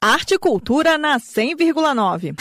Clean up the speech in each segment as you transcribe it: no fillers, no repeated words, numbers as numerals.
Arte e Cultura na 100,9.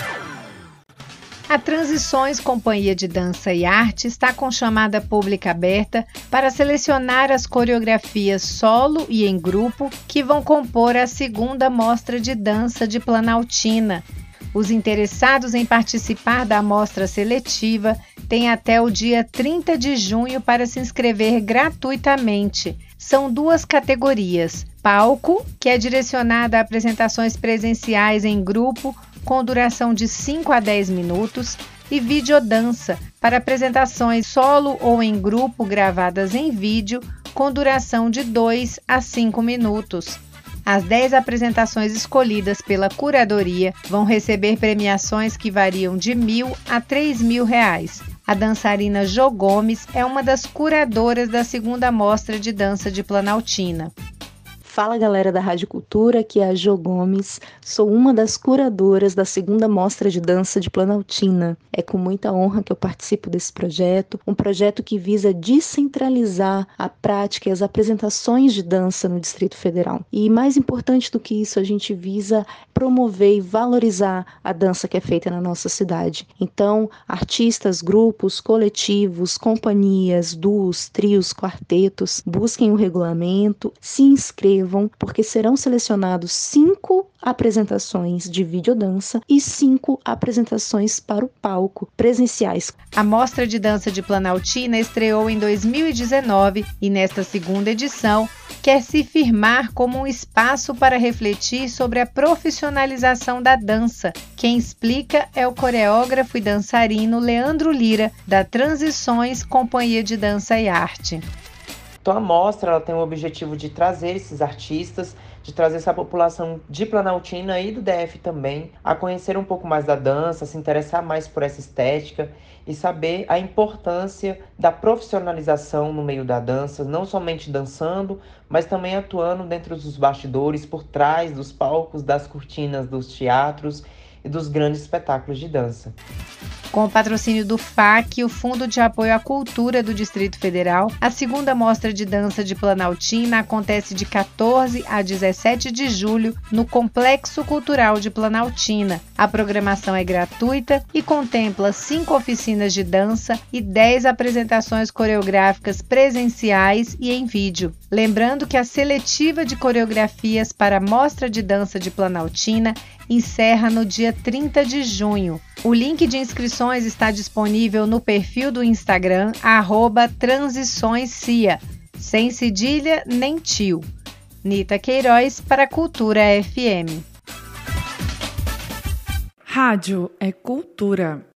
A Transições Companhia de Dança e Arte está com chamada pública aberta para selecionar as coreografias solo e em grupo que vão compor a segunda mostra de dança de Planaltina. Os interessados em participar da mostra seletiva têm até o dia 30 de junho para se inscrever gratuitamente. São duas categorias: palco, que é direcionada a apresentações presenciais em grupo com duração de 5 a 10 minutos, e videodança, para apresentações solo ou em grupo gravadas em vídeo com duração de 2 a 5 minutos. As 10 apresentações escolhidas pela curadoria vão receber premiações que variam de R$1.000 a R$3.000. A dançarina Jo Gomes é uma das curadoras da segunda mostra de dança de Planaltina. Fala galera da Rádio Cultura, aqui é a Jo Gomes, sou uma das curadoras da segunda mostra de dança de Planaltina. É com muita honra que eu participo desse projeto, um projeto que visa descentralizar a prática e as apresentações de dança no Distrito Federal. E mais importante do que isso, a gente visa promover e valorizar a dança que é feita na nossa cidade. Então, artistas, grupos, coletivos, companhias, duos, trios, quartetos, busquem o regulamento, se inscrevam, porque serão selecionados 5 apresentações de videodança e 5 apresentações para o palco, presenciais. A Mostra de Dança de Planaltina estreou em 2019 e nesta segunda edição quer se firmar como um espaço para refletir sobre a profissionalização da dança. Quem explica é o coreógrafo e dançarino Leandro Lira, da Transições Companhia de Dança e Arte. Então a mostra ela tem o objetivo de trazer esses artistas, de trazer essa população de Planaltina e do DF também, a conhecer um pouco mais da dança, se interessar mais por essa estética e saber a importância da profissionalização no meio da dança, não somente dançando, mas também atuando dentro dos bastidores, por trás dos palcos, das cortinas dos teatros e dos grandes espetáculos de dança. Com o patrocínio do FAC, o Fundo de Apoio à Cultura do Distrito Federal, a segunda mostra de dança de Planaltina acontece de 14 a 17 de julho no Complexo Cultural de Planaltina. A programação é gratuita e contempla 5 oficinas de dança e 10 apresentações coreográficas presenciais e em vídeo. Lembrando que a seletiva de coreografias para a Mostra de Dança de Planaltina encerra no dia 30 de junho. O link de inscrições está disponível no perfil do Instagram, @transiçõescia, sem cedilha nem tio. Nita Queiroz para Cultura FM. Rádio é cultura.